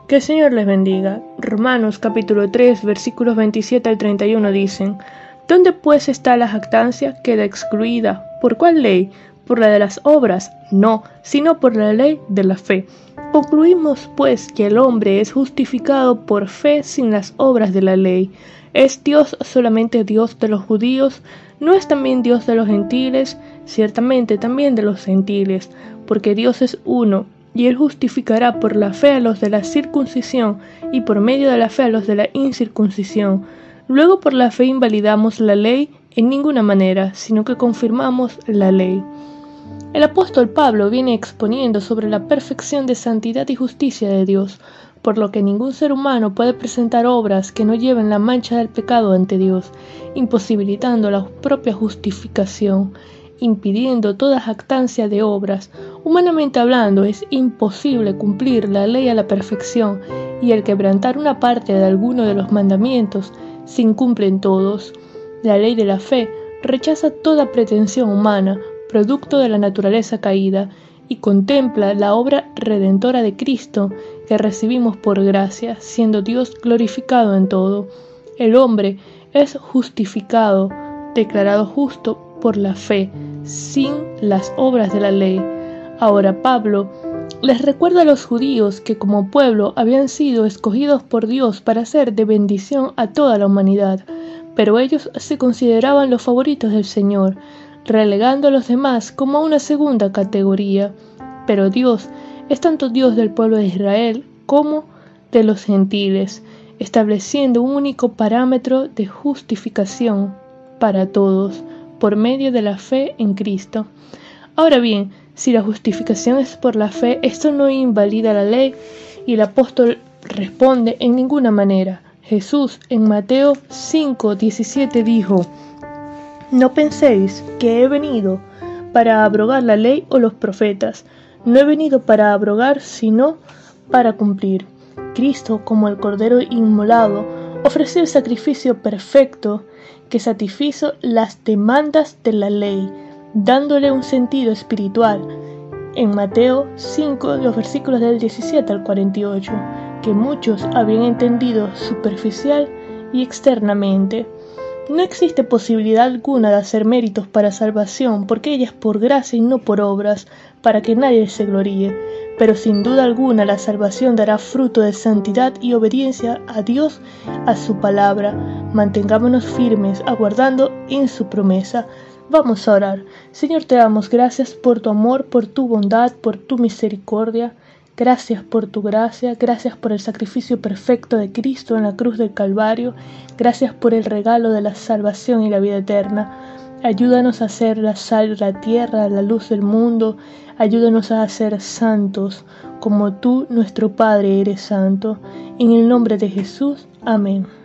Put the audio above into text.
Que el Señor les bendiga. Romanos capítulo 3 versículos 27 al 31 dicen: ¿Dónde pues está la jactancia? Queda excluida. ¿Por cuál ley? ¿Por la de las obras? No, sino por la ley de la fe. Concluimos pues que el hombre es justificado por fe sin las obras de la ley. ¿Es Dios solamente Dios de los judíos? ¿No es también Dios de los gentiles? Ciertamente también de los gentiles, porque Dios es uno, y Él justificará por la fe a los de la circuncisión, y por medio de la fe a los de la incircuncisión. Luego por la fe invalidamos la ley en ninguna manera, sino que confirmamos la ley. El apóstol Pablo viene exponiendo sobre la perfección de santidad y justicia de Dios, por lo que ningún ser humano puede presentar obras que no lleven la mancha del pecado ante Dios, imposibilitando la propia justificación, impidiendo toda jactancia de obras. Humanamente hablando, es imposible cumplir la ley a la perfección, y el quebrantar una parte de alguno de los mandamientos se incumplen todos. La ley de la fe rechaza toda pretensión humana, producto de la naturaleza caída, y contempla la obra redentora de Cristo que recibimos por gracia, siendo Dios glorificado en todo. El hombre es justificado, declarado justo por la fe, sin las obras de la ley. Ahora Pablo les recuerda a los judíos que como pueblo habían sido escogidos por Dios para ser de bendición a toda la humanidad, pero ellos se consideraban los favoritos del Señor, relegando a los demás como a una segunda categoría. Pero Dios es tanto Dios del pueblo de Israel como de los gentiles, estableciendo un único parámetro de justificación para todos, por medio de la fe en Cristo. Ahora bien, si la justificación es por la fe, esto no invalida la ley, y el apóstol responde: en ninguna manera. Jesús en Mateo 5:17 dijo: No penséis que he venido para abrogar la ley o los profetas. No he venido para abrogar, sino para cumplir. Cristo, como el Cordero inmolado, ofreció el sacrificio perfecto que satisfizo las demandas de la ley, dándole un sentido espiritual. En Mateo 5, los versículos del 17 al 48, que muchos habían entendido superficial y externamente. No existe posibilidad alguna de hacer méritos para salvación, porque ella es por gracia y no por obras, para que nadie se gloríe. Pero sin duda alguna la salvación dará fruto de santidad y obediencia a Dios, a su palabra. Mantengámonos firmes, aguardando en su promesa. Vamos a orar. Señor, te damos gracias por tu amor, por tu bondad, por tu misericordia. Gracias por tu gracia, gracias por el sacrificio perfecto de Cristo en la cruz del Calvario, gracias por el regalo de la salvación y la vida eterna. Ayúdanos a ser la sal de la tierra, la luz del mundo. Ayúdanos a ser santos, como tú, nuestro Padre, eres santo. En el nombre de Jesús, amén.